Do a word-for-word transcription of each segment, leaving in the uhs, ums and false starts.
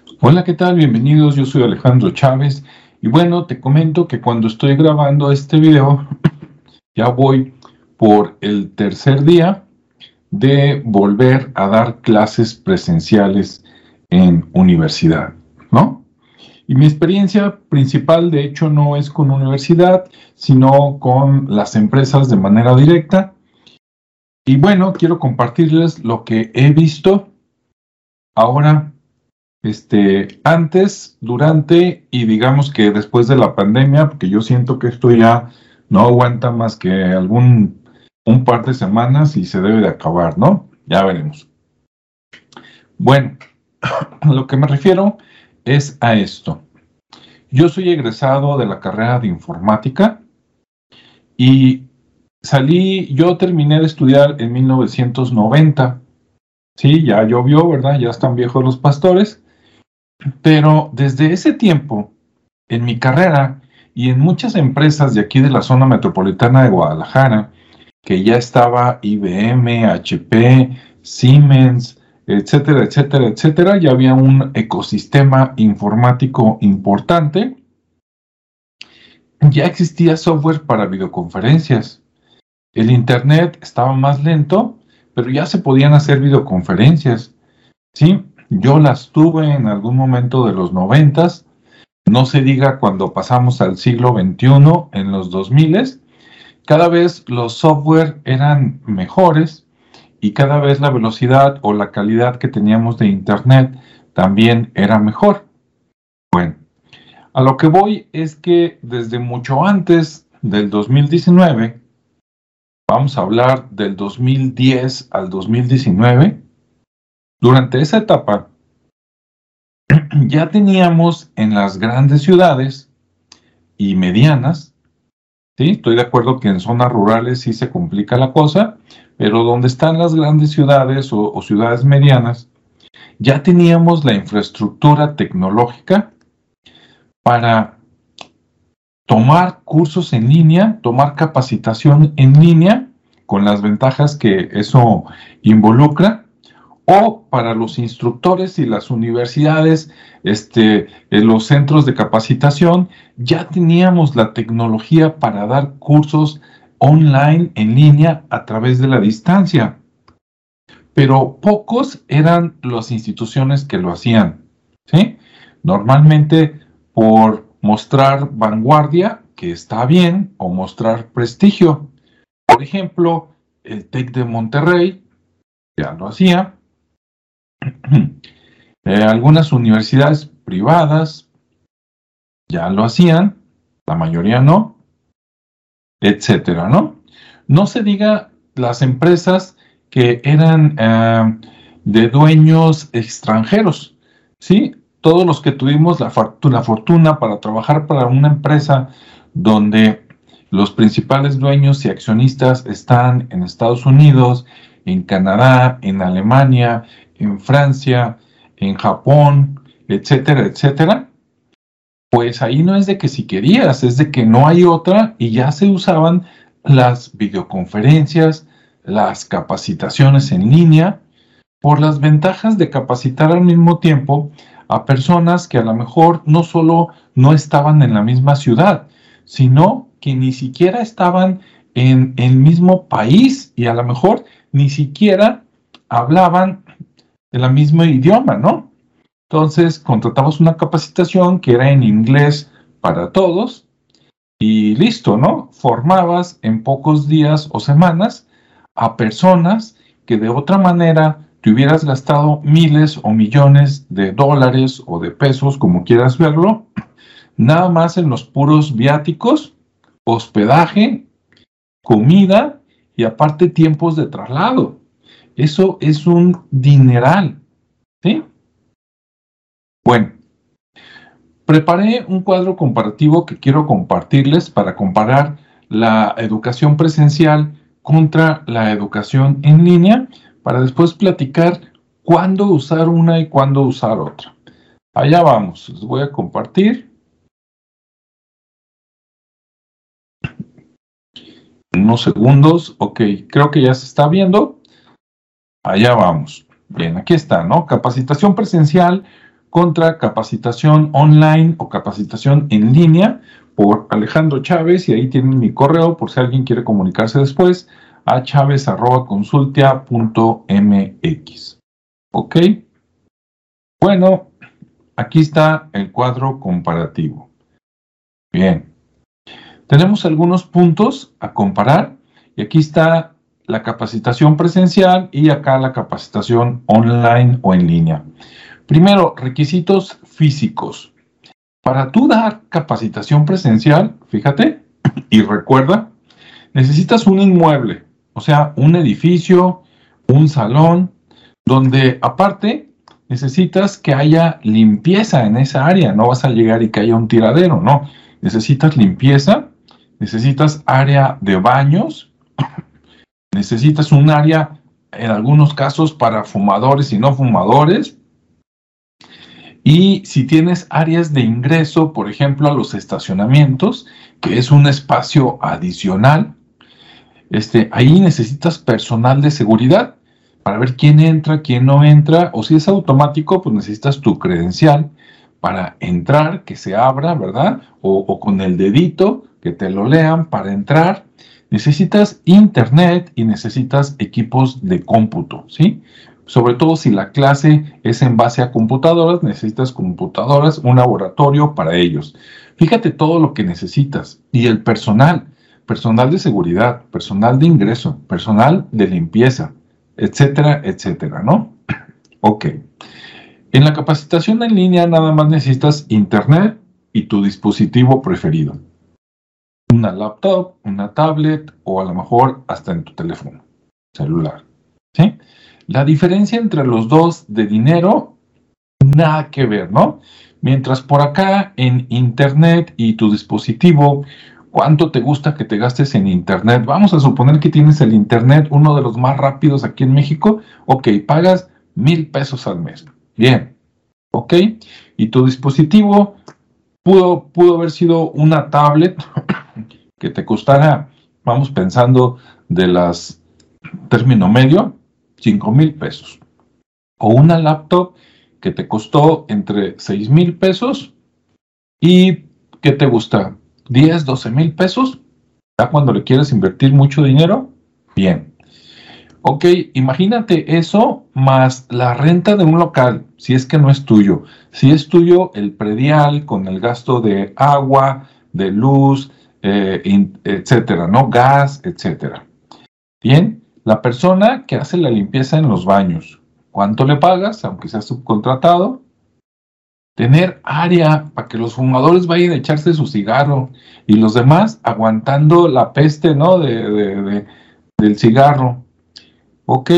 Hola, ¿qué tal? Bienvenidos, yo soy Alejandro Chávez y bueno, te comento que cuando estoy grabando este video ya voy por el tercer día de volver a dar clases presenciales en universidad, ¿no? Y mi experiencia principal, de hecho, no es con universidad, sino con las empresas de manera directa. Y bueno, quiero compartirles lo que he visto ahora. Este, antes, durante y digamos que después de la pandemia, porque yo siento que esto ya no aguanta más que algún un par de semanas y se debe de acabar, ¿no? Ya veremos. Bueno, a lo que me refiero es a esto. Yo soy egresado de la carrera de informática y salí, yo terminé de estudiar en mil novecientos noventa. Sí, ya llovió, ¿verdad? Ya están viejos los pastores, pero desde ese tiempo en mi carrera y en muchas empresas de aquí de la zona metropolitana de Guadalajara, que ya estaba I B M, H P, Siemens, etcétera, etcétera, etcétera, ya había un ecosistema informático importante. Ya existía software para videoconferencias. El internet estaba más lento, pero ya se podían hacer videoconferencias. Sí, yo las tuve en algún momento de los noventas. No se diga cuando pasamos al siglo veintiuno, en los dos mil, cada vez los software eran mejores y cada vez la velocidad o la calidad que teníamos de internet también era mejor. Bueno, a lo que voy es que desde mucho antes del dos mil diecinueve, vamos a hablar del dos mil diez al dos mil diecinueve, durante esa etapa ya teníamos en las grandes ciudades y medianas. Sí, estoy de acuerdo que en zonas rurales sí se complica la cosa, pero donde están las grandes ciudades o, o ciudades medianas, ya teníamos la infraestructura tecnológica para tomar cursos en línea, tomar capacitación en línea, con las ventajas que eso involucra, o para los instructores y las universidades, este, en los centros de capacitación, ya teníamos la tecnología para dar cursos online, en línea, a través de la distancia. Pero pocos eran las instituciones que lo hacían, ¿sí? Normalmente por mostrar vanguardia, que está bien, o mostrar prestigio. Por ejemplo, el TEC de Monterrey ya lo hacía. Eh, algunas universidades privadas ya lo hacían, la mayoría no, etcétera, ¿no? No se diga las empresas que eran eh, de dueños extranjeros, ¿sí? Todos los que tuvimos la fortuna, la fortuna para trabajar para una empresa donde los principales dueños y accionistas están en Estados Unidos, en Canadá, en Alemania, en Francia, en Japón, etcétera, etcétera, pues ahí no es de que si querías, es de que no hay otra y ya se usaban las videoconferencias, las capacitaciones en línea, por las ventajas de capacitar al mismo tiempo a personas que a lo mejor no solo no estaban en la misma ciudad, sino que ni siquiera estaban en el mismo país y a lo mejor ni siquiera hablaban el mismo idioma, ¿no? Entonces contratamos una capacitación que era en inglés para todos y listo, ¿no? Formabas en pocos días o semanas a personas que de otra manera te hubieras gastado miles o millones de dólares o de pesos, como quieras verlo, nada más en los puros viáticos, hospedaje, comida y aparte tiempos de traslado. Eso es un dineral, ¿sí? Bueno, preparé un cuadro comparativo que quiero compartirles para comparar la educación presencial contra la educación en línea, para después platicar cuándo usar una y cuándo usar otra. Allá vamos, les voy a compartir. Unos segundos, ok, creo que ya se está viendo. Allá vamos. Bien, aquí está, ¿no? Capacitación presencial contra capacitación online o capacitación en línea por Alejandro Chávez, y ahí tienen mi correo por si alguien quiere comunicarse después, a chavez arroba consultia punto m x. ¿Ok? Bueno, aquí está el cuadro comparativo. Bien. Tenemos algunos puntos a comparar y aquí está la capacitación presencial y acá la capacitación online o en línea. Primero, requisitos físicos. Para tú dar capacitación presencial, fíjate y recuerda, necesitas un inmueble, o sea, un edificio, un salón, donde aparte necesitas que haya limpieza en esa área. No vas a llegar y que haya un tiradero, no. Necesitas limpieza. Necesitas área de baños, necesitas un área, en algunos casos, para fumadores y no fumadores. Y si tienes áreas de ingreso, por ejemplo, a los estacionamientos, que es un espacio adicional, este, ahí necesitas personal de seguridad para ver quién entra, quién no entra, o si es automático, pues necesitas tu credencial para entrar, que se abra, ¿verdad? O, o con el dedito, que te lo lean para entrar. Necesitas internet y necesitas equipos de cómputo, ¿sí? Sobre todo si la clase es en base a computadoras, necesitas computadoras, un laboratorio para ellos. Fíjate todo lo que necesitas. Y el personal, personal de seguridad, personal de ingreso, personal de limpieza, etcétera, etcétera, ¿no? Ok. En la capacitación en línea nada más necesitas internet y tu dispositivo preferido. Una laptop, una tablet o a lo mejor hasta en tu teléfono celular, ¿sí? La diferencia entre los dos de dinero, nada que ver, ¿no? Mientras por acá en internet y tu dispositivo, ¿cuánto te gusta que te gastes en internet? Vamos a suponer que tienes el internet, uno de los más rápidos aquí en México. Ok, pagas mil pesos al mes. Bien, ok. Y tu dispositivo pudo, pudo haber sido una tablet que te costara, vamos pensando de las término medio, cinco mil pesos. O una laptop que te costó entre seis mil pesos y, ¿qué te gusta? diez, doce mil pesos. ¿Ya cuando le quieres invertir mucho dinero? Bien. Ok, imagínate eso más la renta de un local, si es que no es tuyo. Si es tuyo, el predial con el gasto de agua, de luz, eh, etcétera, ¿no? Gas, etcétera. Bien, la persona que hace la limpieza en los baños, ¿cuánto le pagas, aunque sea subcontratado? Tener área para que los fumadores vayan a echarse su cigarro y los demás aguantando la peste, ¿no? De, de, de, del cigarro. Ok.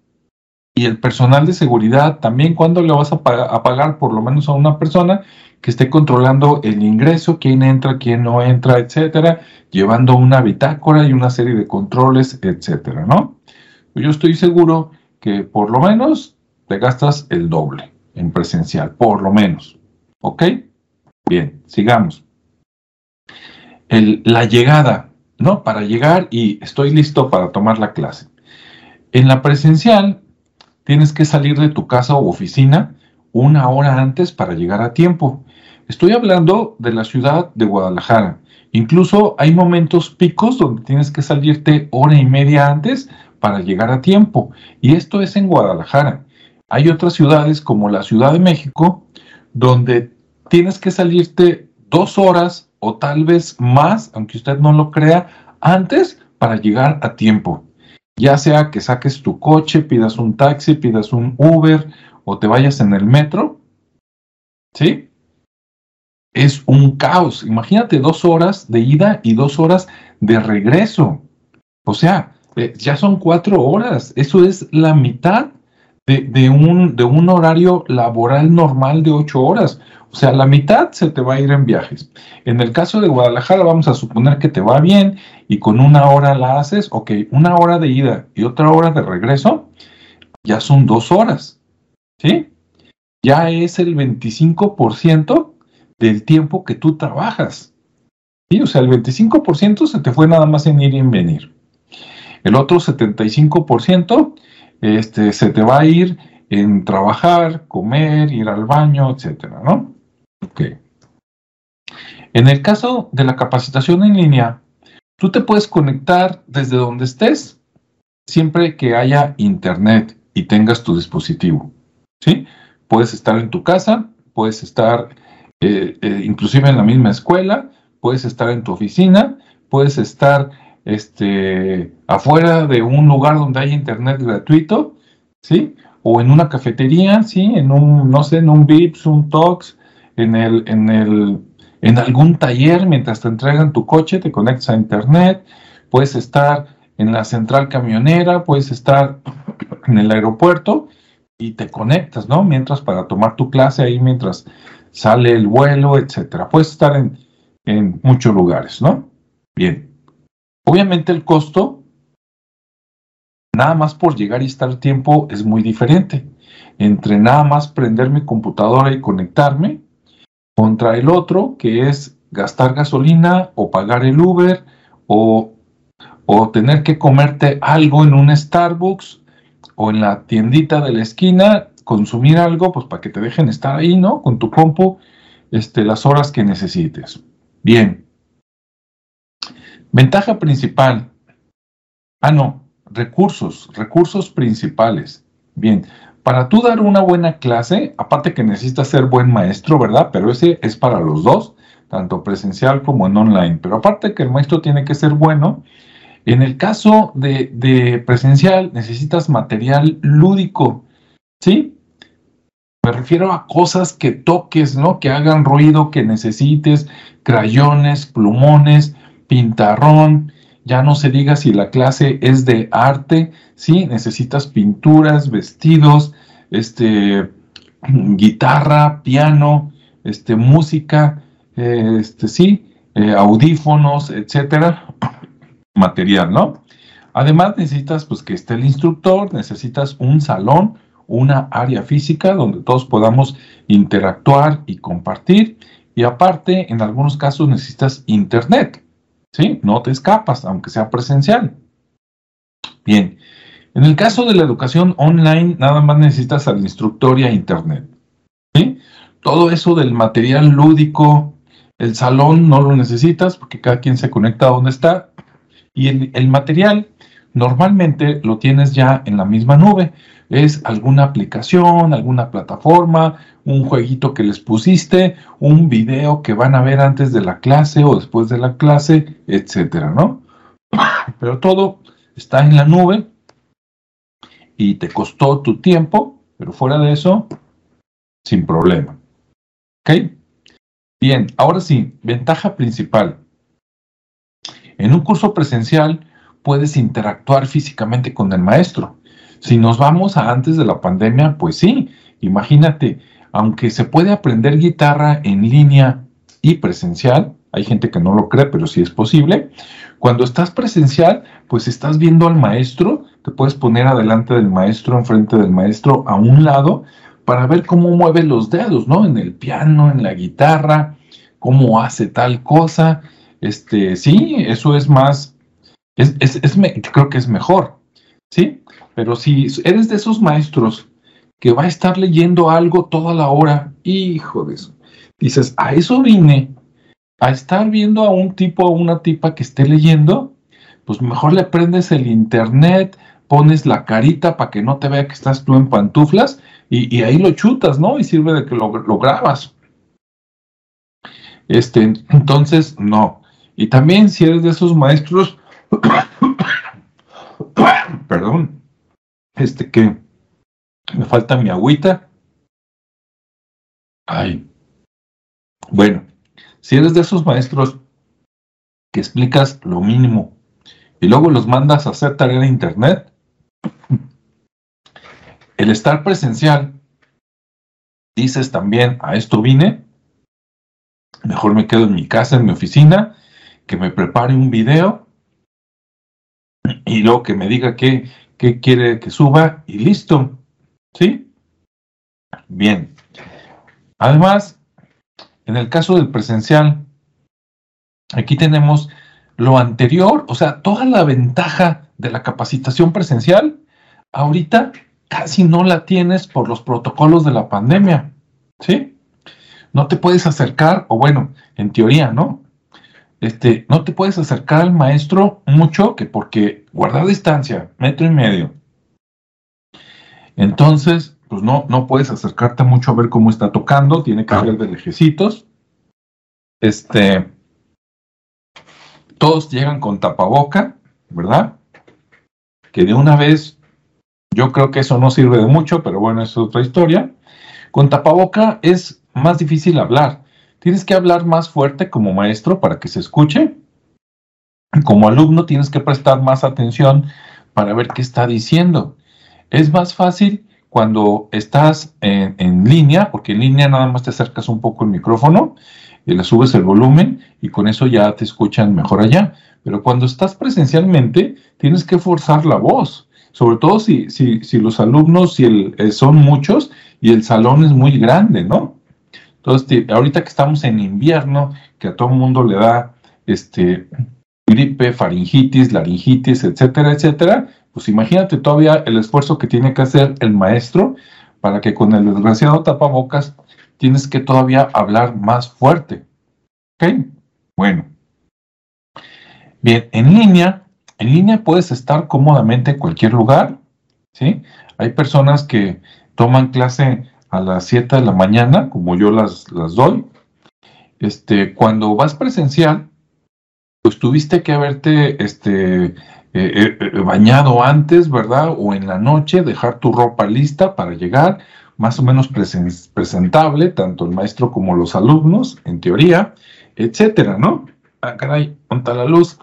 Y el personal de seguridad también, ¿cuándo le vas a pagar, a pagar por lo menos a una persona que esté controlando el ingreso, quién entra, quién no entra, etcétera, llevando una bitácora y una serie de controles, etcétera, ¿no? Yo estoy seguro que por lo menos te gastas el doble en presencial, por lo menos. ¿Ok? Bien, sigamos. El, la llegada, ¿no? Para llegar y estoy listo para tomar la clase. En la presencial tienes que salir de tu casa o oficina una hora antes para llegar a tiempo. Estoy hablando de la ciudad de Guadalajara. Incluso hay momentos picos donde tienes que salirte hora y media antes para llegar a tiempo. Y esto es en Guadalajara. Hay otras ciudades como la Ciudad de México donde tienes que salirte dos horas o tal vez más, aunque usted no lo crea, antes para llegar a tiempo. Ya sea que saques tu coche, pidas un taxi, pidas un Uber o te vayas en el metro, ¿sí? Es un caos. Imagínate dos horas de ida y dos horas de regreso. O sea, eh, ya son cuatro horas. Eso es la mitad de, de, un, de un horario laboral normal de ocho horas. O sea, la mitad se te va a ir en viajes. En el caso de Guadalajara, vamos a suponer que te va bien y con una hora la haces. Ok, una hora de ida y otra hora de regreso, ya son dos horas. ¿Sí? Ya es el veinticinco por ciento del tiempo que tú trabajas. ¿Sí? O sea, el veinticinco por ciento se te fue nada más en ir y en venir. El otro setenta y cinco por ciento este, se te va a ir en trabajar, comer, ir al baño, etcétera, ¿no? Ok. En el caso de la capacitación en línea, tú te puedes conectar desde donde estés, siempre que haya internet y tengas tu dispositivo, ¿sí? Puedes estar en tu casa, puedes estar eh, eh, inclusive en la misma escuela, puedes estar en tu oficina, puedes estar este, afuera de un lugar donde haya internet gratuito, ¿sí? O en una cafetería, ¿sí? En un, no sé, en un Vips, un Tox, en el, en el, en algún taller, mientras te entregan tu coche, te conectas a internet, puedes estar en la central camionera, puedes estar en el aeropuerto y te conectas, ¿no? Mientras para tomar tu clase ahí, mientras sale el vuelo, etcétera. Puedes estar en, en muchos lugares, ¿no? Bien. Obviamente el costo, nada más por llegar y estar tiempo, es muy diferente. Entre nada más prender mi computadora y conectarme, contra el otro, que es gastar gasolina o pagar el Uber o o tener que comerte algo en un Starbucks o en la tiendita de la esquina, consumir algo, pues para que te dejen estar ahí, ¿no? Con tu compu, este, las horas que necesites. Bien. Ventaja principal. Ah, no. Recursos. Recursos principales. Bien. Para tú dar una buena clase, aparte que necesitas ser buen maestro, ¿verdad? Pero ese es para los dos, tanto presencial como en online. Pero aparte que el maestro tiene que ser bueno, en el caso de, de presencial, necesitas material lúdico, ¿sí? Me refiero a cosas que toques, ¿no? Que hagan ruido, que necesites, crayones, plumones, pintarrón. Ya no se diga si la clase es de arte, ¿sí? Necesitas pinturas, vestidos, este, guitarra, piano, este, música, eh, este, sí, eh, audífonos, etcétera. Material, ¿no? Además necesitas pues que esté el instructor, necesitas un salón, una área física donde todos podamos interactuar y compartir, y aparte en algunos casos necesitas internet, ¿sí? No te escapas, aunque sea presencial. Bien, en el caso de la educación online nada más necesitas al instructor y a internet, ¿sí? Todo eso del material lúdico, el salón no lo necesitas porque cada quien se conecta a donde está. Y el, el material normalmente lo tienes ya en la misma nube. Es alguna aplicación, alguna plataforma, un jueguito que les pusiste, un video que van a ver antes de la clase o después de la clase, etcétera, ¿no? Pero todo está en la nube y te costó tu tiempo, pero fuera de eso, sin problema. ¿Ok? Bien, ahora sí, ventaja principal. En un curso presencial puedes interactuar físicamente con el maestro. Si nos vamos a antes de la pandemia, pues sí, imagínate, aunque se puede aprender guitarra en línea y presencial, hay gente que no lo cree, pero sí es posible. Cuando estás presencial, pues estás viendo al maestro, te puedes poner adelante del maestro, enfrente del maestro, a un lado, para ver cómo mueve los dedos, ¿no? En el piano, en la guitarra, cómo hace tal cosa. Este, sí, eso es más, es, es, es me, creo que es mejor, ¿sí? Pero si eres de esos maestros que va a estar leyendo algo toda la hora, hijo de eso, dices, a eso vine, a estar viendo a un tipo o una tipa que esté leyendo, pues mejor le prendes el internet, pones la carita para que no te vea que estás tú en pantuflas y, y ahí lo chutas, ¿no? Y sirve de que lo, lo grabas. Este, entonces, no. Y también si eres de esos maestros, perdón, este que me falta mi agüita. Ay, bueno, si eres de esos maestros que explicas lo mínimo y luego los mandas a hacer tarea de internet, el estar presencial, dices también, a esto vine, mejor me quedo en mi casa, en mi oficina, que me prepare un video y luego que me diga qué, qué quiere que suba y listo, ¿sí? Bien. Además, en el caso del presencial, aquí tenemos lo anterior, o sea, toda la ventaja de la capacitación presencial, ahorita casi no la tienes por los protocolos de la pandemia, ¿sí? No te puedes acercar, o bueno, en teoría, ¿no? Este, no te puedes acercar al maestro mucho, que porque guardar distancia, metro y medio. Entonces, pues no, no puedes acercarte mucho a ver cómo está tocando, tiene que ser de lejecitos. Este, todos llegan con tapaboca, ¿verdad? Que de una vez, yo creo que eso no sirve de mucho, pero bueno, es otra historia. Con tapaboca es más difícil hablar. Tienes que hablar más fuerte como maestro para que se escuche. Como alumno tienes que prestar más atención para ver qué está diciendo. Es más fácil cuando estás en, en línea, porque en línea nada más te acercas un poco el micrófono y le subes el volumen y con eso ya te escuchan mejor allá. Pero cuando estás presencialmente, tienes que forzar la voz, sobre todo si, si, si los alumnos si el, eh, son muchos y el salón es muy grande, ¿no? Entonces, ahorita que estamos en invierno, que a todo el mundo le da este, gripe, faringitis, laringitis, etcétera, etcétera, pues imagínate todavía el esfuerzo que tiene que hacer el maestro para que con el desgraciado tapabocas tienes que todavía hablar más fuerte. ¿Ok? Bueno. Bien, en línea, en línea puedes estar cómodamente en cualquier lugar, ¿sí? Hay personas que toman clase a las siete de la mañana, como yo las, las doy. Este, cuando vas presencial, pues tuviste que haberte este, eh, eh, bañado antes, ¿verdad? O en la noche, dejar tu ropa lista para llegar, más o menos presen presentable, tanto el maestro como los alumnos, en teoría, etcétera, ¿no? Ah, caray, ¿dónde está la luz?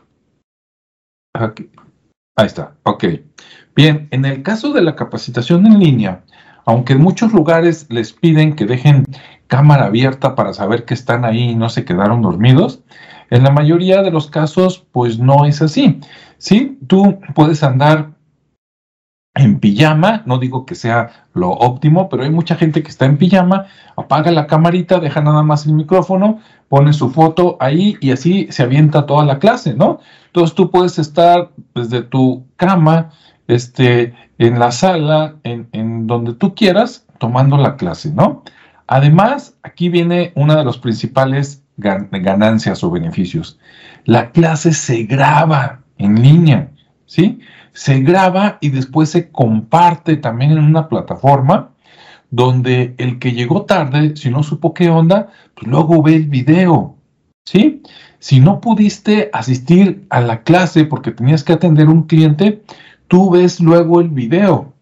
Aquí. Ahí está, ok. Bien, en el caso de la capacitación en línea, aunque en muchos lugares les piden que dejen cámara abierta para saber que están ahí y no se quedaron dormidos, en la mayoría de los casos, pues no es así. Sí, tú puedes andar en pijama, no digo que sea lo óptimo, pero hay mucha gente que está en pijama, apaga la camarita, deja nada más el micrófono, pone su foto ahí y así se avienta toda la clase, ¿no? Entonces tú puedes estar desde tu cama, este, en la sala, en, en donde tú quieras, tomando la clase, ¿no? Además, aquí viene una de las principales gan ganancias o beneficios. La clase se graba en línea, ¿sí? Se graba y después se comparte también en una plataforma donde el que llegó tarde, si no supo qué onda, pues luego ve el video, ¿sí? Si no pudiste asistir a la clase porque tenías que atender un cliente, tú ves luego el video.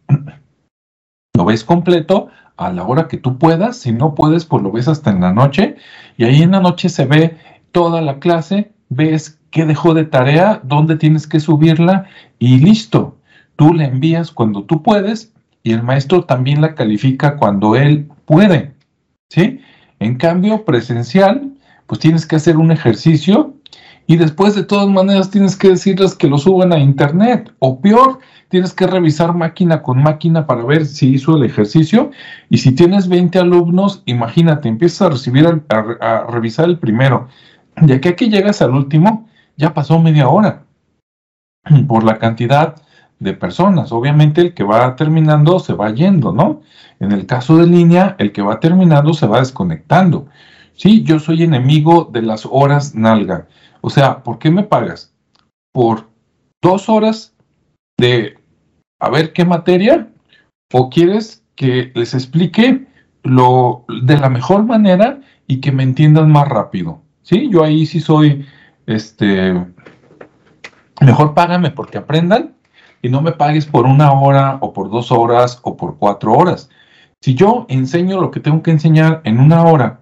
Lo ves completo a la hora que tú puedas, si no puedes, pues lo ves hasta en la noche, y ahí en la noche se ve toda la clase, ves qué dejó de tarea, dónde tienes que subirla, y listo. Tú la envías cuando tú puedes, y el maestro también la califica cuando él puede, ¿sí? En cambio, presencial, pues tienes que hacer un ejercicio, y después de todas maneras tienes que decirles que lo suban a internet, o peor, tienes que revisar máquina con máquina para ver si hizo el ejercicio, y si tienes veinte alumnos, imagínate, empiezas a recibir, a, a, a revisar el primero, de aquí a que llegas al último, ya pasó media hora, por la cantidad de personas. Obviamente el que va terminando se va yendo, ¿no? En el caso de línea, el que va terminando se va desconectando. Sí, yo soy enemigo de las horas nalga. O sea, ¿por qué me pagas? ¿Por dos horas de a ver qué materia? ¿O quieres que les explique lo de la mejor manera y que me entiendan más rápido? Sí, yo ahí sí soy, este, mejor págame porque aprendan y no me pagues por una hora o por dos horas o por cuatro horas. Si yo enseño lo que tengo que enseñar en una hora,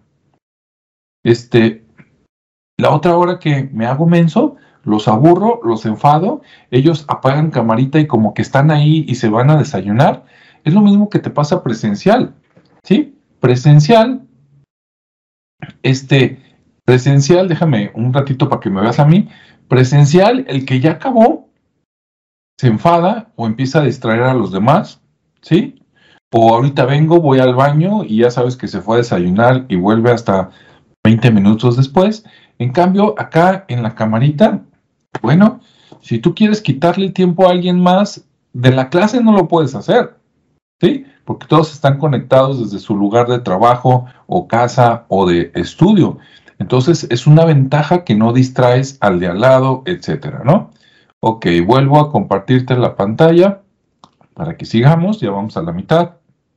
este, la otra hora que me hago menso, los aburro, los enfado, ellos apagan camarita y como que están ahí y se van a desayunar. Es lo mismo que te pasa presencial, ¿sí? Presencial, este, presencial, déjame un ratito para que me veas a mí. Presencial, el que ya acabó, se enfada o empieza a distraer a los demás, ¿sí? O ahorita vengo, voy al baño y ya sabes que se fue a desayunar y vuelve hasta veinte minutos después. En cambio, acá en la camarita, bueno, si tú quieres quitarle el tiempo a alguien más, de la clase no lo puedes hacer. ¿sí? Porque todos están conectados desde su lugar de trabajo o casa o de estudio. Entonces es una ventaja que no distraes al de al lado, etcétera, ¿no? Ok, vuelvo a compartirte la pantalla para que sigamos, ya vamos a la mitad.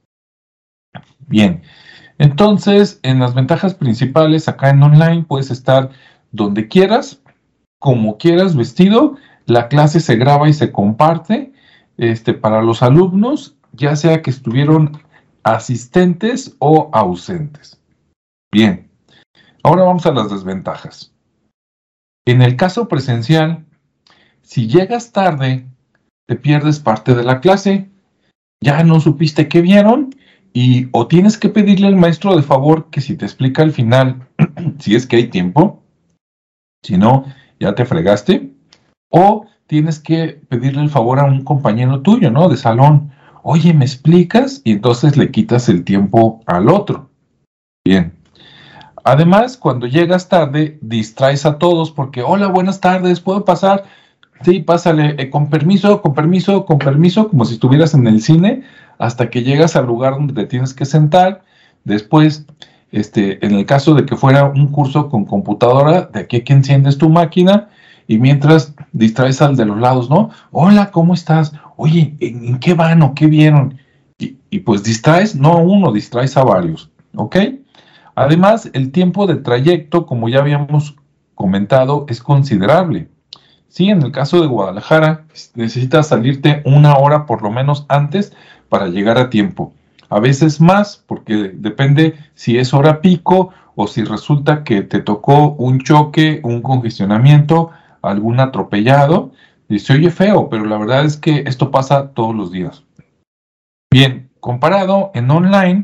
Bien, entonces en las ventajas principales acá en online puedes estar donde quieras, como quieras vestido, la clase se graba y se comparte este, para los alumnos, ya sea que estuvieron asistentes o ausentes. Bien, ahora vamos a las desventajas. En el caso presencial, si llegas tarde, te pierdes parte de la clase, ya no supiste qué vieron y o tienes que pedirle al maestro de favor que si te explica al final, si es que hay tiempo, si no, ya te fregaste, o tienes que pedirle el favor a un compañero tuyo, ¿no? De salón. Oye, ¿me explicas? Y entonces le quitas el tiempo al otro. Bien. Además, cuando llegas tarde, distraes a todos porque, hola, buenas tardes, ¿puedo pasar? Sí, pásale, eh, con permiso, con permiso, con permiso, como si estuvieras en el cine, hasta que llegas al lugar donde te tienes que sentar. Después, este, en el caso de que fuera un curso con computadora, de aquí a que enciendes tu máquina y mientras distraes al de los lados, ¿no? Hola, ¿cómo estás? Oye, ¿en, en qué van o qué vieron? Y, y pues distraes, no a uno, distraes a varios, ¿ok? Además, el tiempo de trayecto, como ya habíamos comentado, es considerable. Sí, en el caso de Guadalajara, necesitas salirte una hora por lo menos antes para llegar a tiempo. A veces más, porque depende si es hora pico o si resulta que te tocó un choque, un congestionamiento, algún atropellado. Y se oye feo, pero la verdad es que esto pasa todos los días. Bien, comparado en online,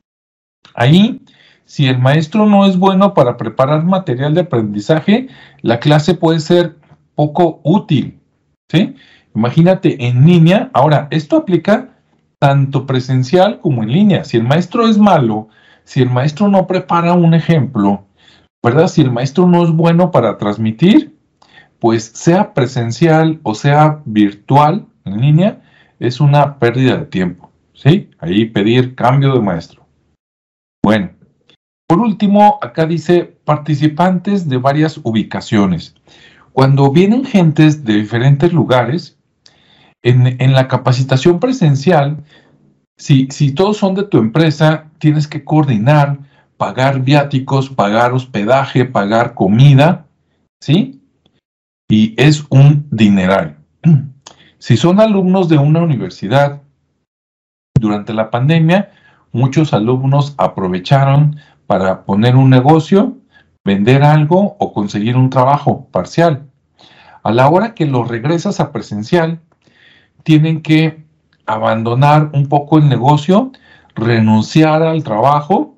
ahí, si el maestro no es bueno para preparar material de aprendizaje, la clase puede ser poco útil, ¿sí? Imagínate en línea. Ahora, esto aplica tanto presencial como en línea. Si el maestro es malo, si el maestro no prepara un ejemplo, ¿verdad? Si el maestro no es bueno para transmitir, pues sea presencial o sea virtual, en línea, es una pérdida de tiempo, ¿sí? Ahí pedir cambio de maestro. Bueno, por último, acá dice participantes de varias ubicaciones. Cuando vienen gentes de diferentes lugares, en, en la capacitación presencial, si, si todos son de tu empresa, tienes que coordinar, pagar viáticos, pagar hospedaje, pagar comida, ¿sí? Y es un dineral. Si son alumnos de una universidad, durante la pandemia, muchos alumnos aprovecharon para poner un negocio, vender algo o conseguir un trabajo parcial. A la hora que lo regresas a presencial, tienen que abandonar un poco el negocio, renunciar al trabajo.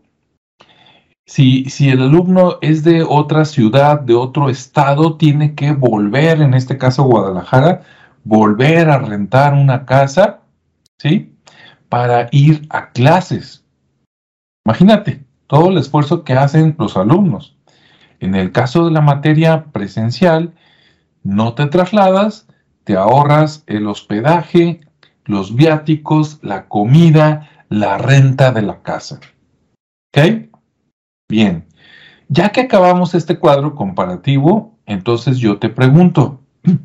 Si, si el alumno es de otra ciudad, de otro estado, tiene que volver, en este caso Guadalajara, volver a rentar una casa, ¿sí? Para ir a clases. Imagínate todo el esfuerzo que hacen los alumnos. En el caso de la materia presencial, no te trasladas, te ahorras el hospedaje, los viáticos, la comida, la renta de la casa. ¿Ok? Bien. Ya que acabamos este cuadro comparativo, entonces yo te pregunto,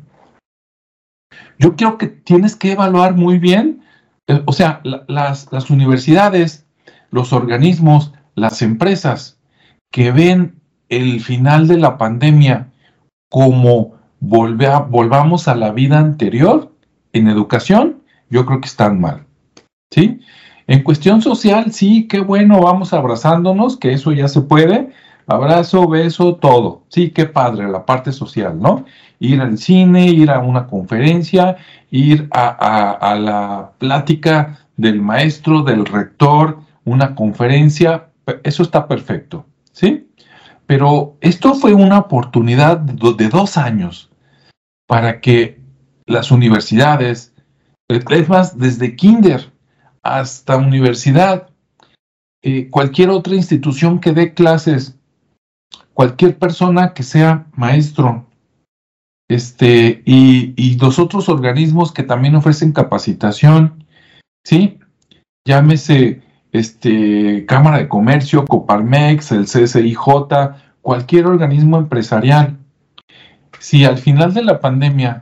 yo creo que tienes que evaluar muy bien, eh, o sea, la, las, las universidades, los organismos, las empresas que ven el final de la pandemia como volve a, volvamos a la vida anterior en educación, yo creo que están mal, ¿sí? En cuestión social, sí, qué bueno, vamos abrazándonos, que eso ya se puede, abrazo, beso, todo, sí, qué padre, la parte social, ¿no? Ir al cine, ir a una conferencia, ir a, a, a la plática del maestro, del rector, una conferencia, eso está perfecto, ¿sí? Pero esto fue una oportunidad de dos años para que las universidades, es más, desde kinder hasta universidad, eh, cualquier otra institución que dé clases, cualquier persona que sea maestro, este, y, y los otros organismos que también ofrecen capacitación, ¿sí? llámese este, Cámara de Comercio, Coparmex, el C S I J, cualquier organismo empresarial. Si al final de la pandemia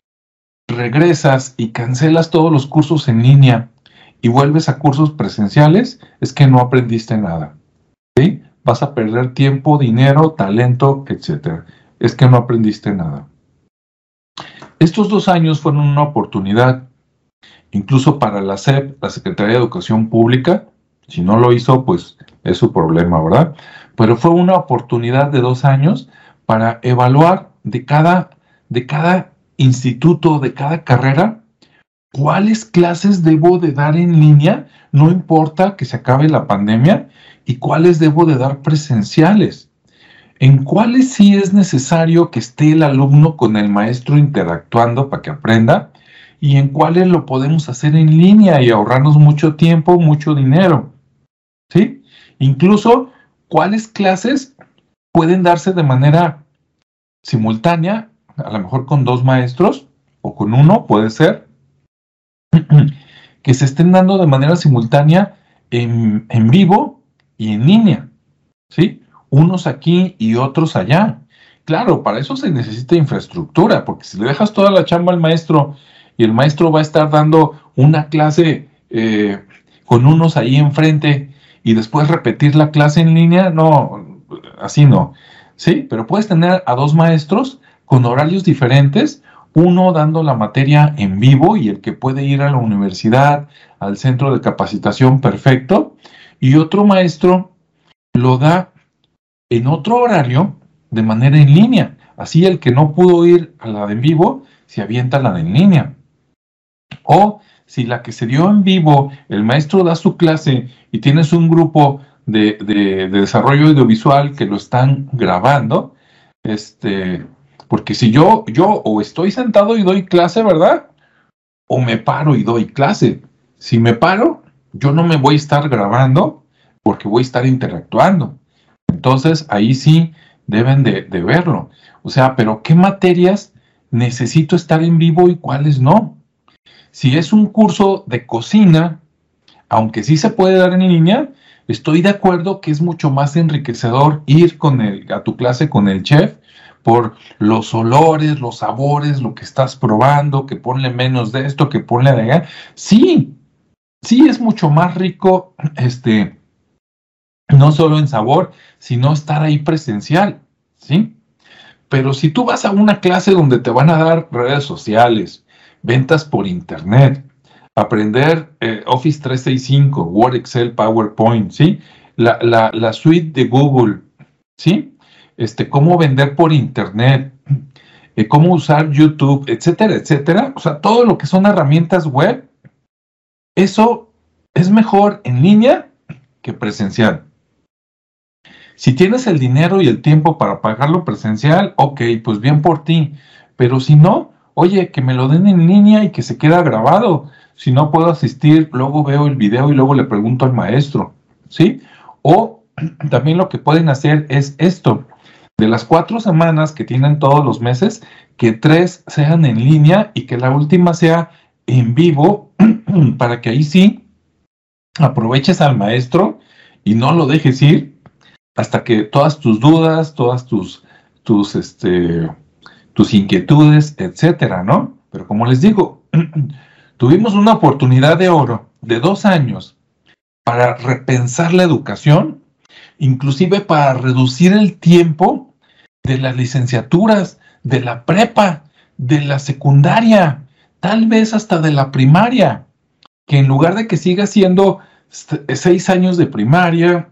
regresas y cancelas todos los cursos en línea y vuelves a cursos presenciales, es que no aprendiste nada, ¿sí? Vas a perder tiempo, dinero, talento, etcétera. Es que no aprendiste nada. Estos dos años fueron una oportunidad, incluso para la S E P, la Secretaría de Educación Pública. Si no lo hizo, pues es su problema, ¿verdad? Pero fue una oportunidad de dos años para evaluar de cada, de cada instituto, de cada carrera, cuáles clases debo de dar en línea, no importa que se acabe la pandemia, y cuáles debo de dar presenciales. En cuáles sí es necesario que esté el alumno con el maestro interactuando para que aprenda, y en cuáles lo podemos hacer en línea y ahorrarnos mucho tiempo, mucho dinero, ¿sí? Incluso, cuáles clases pueden darse de manera simultánea, a lo mejor con dos maestros, o con uno, puede ser, que se estén dando de manera simultánea en, en vivo y en línea, ¿sí? Unos aquí y otros allá. Claro, para eso se necesita infraestructura, porque si le dejas toda la chamba al maestro y el maestro va a estar dando una clase eh, con unos ahí enfrente y después repetir la clase en línea, no, así no, ¿sí? Pero puedes tener a dos maestros con horarios diferentes, uno dando la materia en vivo y el que puede ir a la universidad, al centro de capacitación, perfecto, y otro maestro lo da en otro horario de manera en línea. Así el que no pudo ir a la de en vivo, se avienta a la de en línea. O si la que se dio en vivo, el maestro da su clase y tienes un grupo de, de, de desarrollo audiovisual que lo están grabando, este, porque si yo, yo o estoy sentado y doy clase, ¿verdad? O me paro y doy clase. Si me paro, yo no me voy a estar grabando porque voy a estar interactuando. Entonces, ahí sí deben de, de verlo. O sea, pero ¿qué materias necesito estar en vivo y cuáles no? Si es un curso de cocina, aunque sí se puede dar en línea, estoy de acuerdo que es mucho más enriquecedor ir con el, a tu clase con el chef por los olores, los sabores, lo que estás probando, que ponle menos de esto, que ponle de allá. Sí, sí es mucho más rico, este, no solo en sabor, sino estar ahí presencial, ¿sí? Pero si tú vas a una clase donde te van a dar redes sociales, ventas por internet, aprender eh, Office trescientos sesenta y cinco, Word, Excel, PowerPoint, ¿sí? La, la, la suite de Google, ¿sí? Este, cómo vender por internet, eh, cómo usar YouTube, etcétera, etcétera. O sea, todo lo que son herramientas web, eso es mejor en línea que presencial. Si tienes el dinero y el tiempo para pagarlo presencial, ok, pues bien por ti. Pero si no, oye, que me lo den en línea y que se queda grabado. Si no puedo asistir, luego veo el video y luego le pregunto al maestro, ¿sí? O también lo que pueden hacer es esto. De las cuatro semanas que tienen todos los meses, que tres sean en línea y que la última sea en vivo, para que ahí sí aproveches al maestro y no lo dejes ir hasta que todas tus dudas, todas tus, tus, este, tus inquietudes, etcétera, ¿no? Pero como les digo, tuvimos una oportunidad de oro de dos años para repensar la educación, inclusive para reducir el tiempo de las licenciaturas, de la prepa, de la secundaria, tal vez hasta de la primaria, que en lugar de que siga siendo seis años de primaria,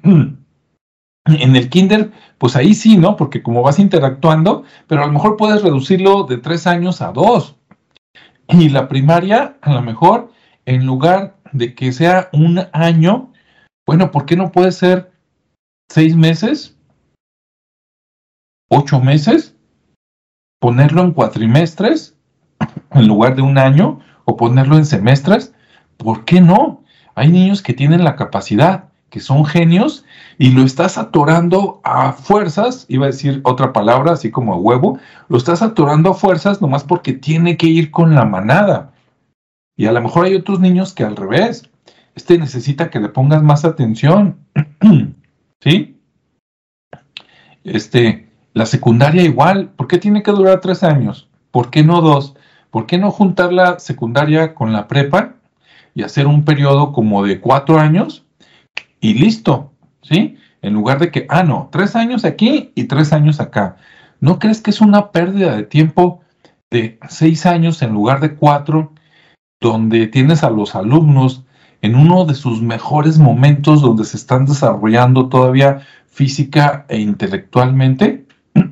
en el kinder, pues ahí sí, ¿no? Porque como vas interactuando, pero a lo mejor puedes reducirlo de tres años a dos. Y la primaria, a lo mejor, en lugar de que sea un año, bueno, ¿por qué no puede ser seis meses? ¿Ocho meses? ¿Ponerlo en cuatrimestres en lugar de un año? ¿O ponerlo en semestres? ¿Por qué no? Hay niños que tienen la capacidad, que son genios, y lo estás atorando a fuerzas, iba a decir otra palabra, así como a huevo, lo estás atorando a fuerzas nomás porque tiene que ir con la manada. Y a lo mejor hay otros niños que al revés, este necesita que le pongas más atención, ¿sí? Este, la secundaria igual, ¿por qué tiene que durar tres años? ¿Por qué no dos? ¿Por qué no juntar la secundaria con la prepa y hacer un periodo como de cuatro años y listo, ¿sí? En lugar de que, ah, no, tres años aquí y tres años acá. ¿No crees que es una pérdida de tiempo de seis años en lugar de cuatro, donde tienes a los alumnos en uno de sus mejores momentos, donde se están desarrollando todavía física e intelectualmente?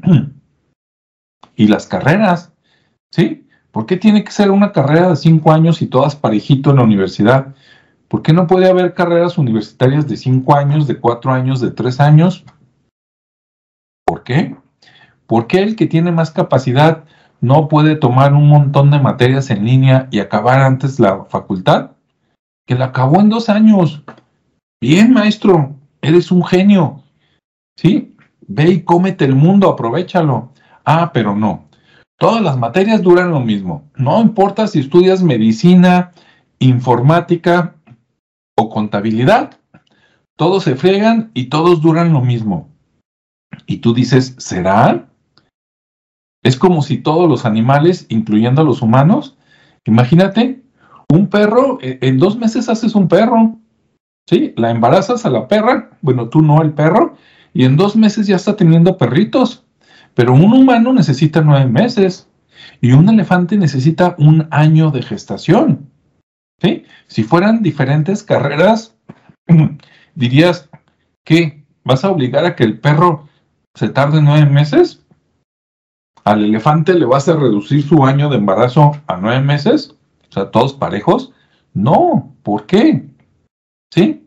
Y las carreras, ¿sí? ¿Por qué tiene que ser una carrera de cinco años y todas parejito en la universidad? ¿Por qué no puede haber carreras universitarias de cinco años, de cuatro años, de tres años? ¿Por qué? ¿Por qué el que tiene más capacidad no puede tomar un montón de materias en línea y acabar antes la facultad? Que la acabó en dos años. Bien, maestro, eres un genio. ¿Sí? Ve y cómete el mundo, aprovéchalo. Ah, pero no. Todas las materias duran lo mismo. No importa si estudias medicina, informática o contabilidad. Todos se friegan y todos duran lo mismo. Y tú dices, ¿será? Es como si todos los animales, incluyendo a los humanos, imagínate, un perro, en dos meses haces un perro, ¿sí? La embarazas a la perra, bueno, tú no, el perro, y en dos meses ya está teniendo perritos. Pero un humano necesita nueve meses y un elefante necesita un año de gestación, ¿sí? Si fueran diferentes carreras, dirías, ¿qué? ¿Vas a obligar a que el perro se tarde nueve meses? ¿Al elefante le vas a reducir su año de embarazo a nueve meses? O sea, ¿todos parejos? No, ¿por qué? ¿Sí?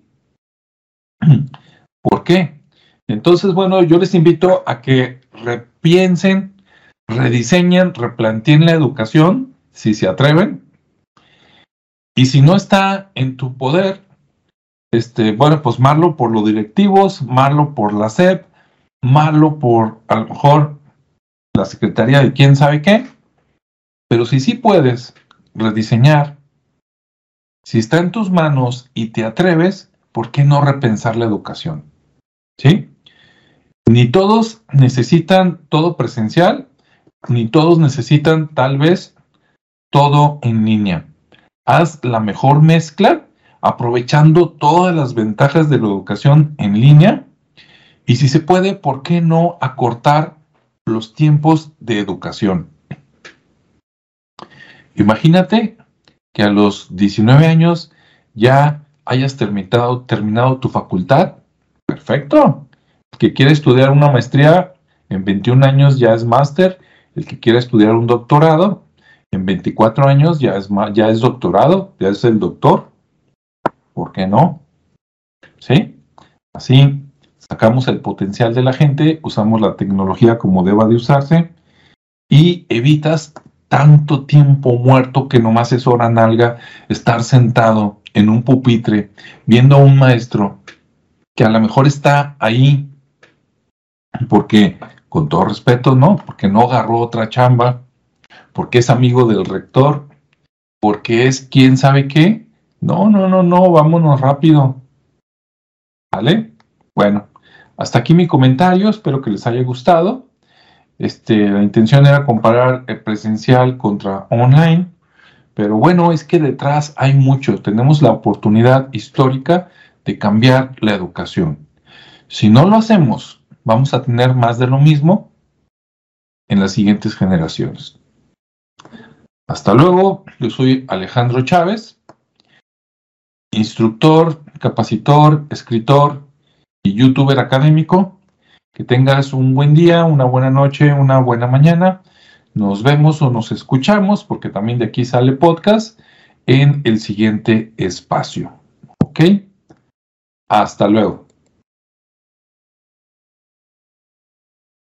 ¿Por qué? Entonces, bueno, yo les invito a que repiensen, rediseñen, replanteen la educación, si se atreven. Y si no está en tu poder, este, bueno, pues malo por los directivos, malo por la S E P, malo por, a lo mejor, la Secretaría de quién sabe qué. Pero si sí puedes rediseñar, si está en tus manos y te atreves, ¿por qué no repensar la educación? ¿Sí? Ni todos necesitan todo presencial, ni todos necesitan tal vez todo en línea. Haz la mejor mezcla, aprovechando todas las ventajas de la educación en línea. Y si se puede, ¿por qué no acortar los tiempos de educación? Imagínate que a los diecinueve años ya hayas terminado, terminado tu facultad. Perfecto. El que quiere estudiar una maestría en veintiún años ya es máster. El que quiere estudiar un doctorado en veinticuatro años ya es, ya es doctorado, ya es el doctor. ¿Por qué no? ¿Sí? Así sacamos el potencial de la gente, usamos la tecnología como deba de usarse y evitas tanto tiempo muerto que nomás es hora nalga estar sentado en un pupitre viendo a un maestro que a lo mejor está ahí porque, con todo respeto, ¿no? Porque no agarró otra chamba, porque es amigo del rector, porque es quién sabe qué. No, no, no, no, vámonos rápido. ¿Vale? Bueno, hasta aquí mi comentario, espero que les haya gustado. Este, la intención era comparar el presencial contra online, pero bueno, es que detrás hay mucho. Tenemos la oportunidad histórica de cambiar la educación. Si no lo hacemos, vamos a tener más de lo mismo en las siguientes generaciones. Hasta luego, yo soy Alejandro Chávez, instructor, capacitor, escritor y youtuber académico. Que tengas un buen día, una buena noche, una buena mañana. Nos vemos o nos escuchamos, porque también de aquí sale podcast, en el siguiente espacio. ¿Ok? Hasta luego.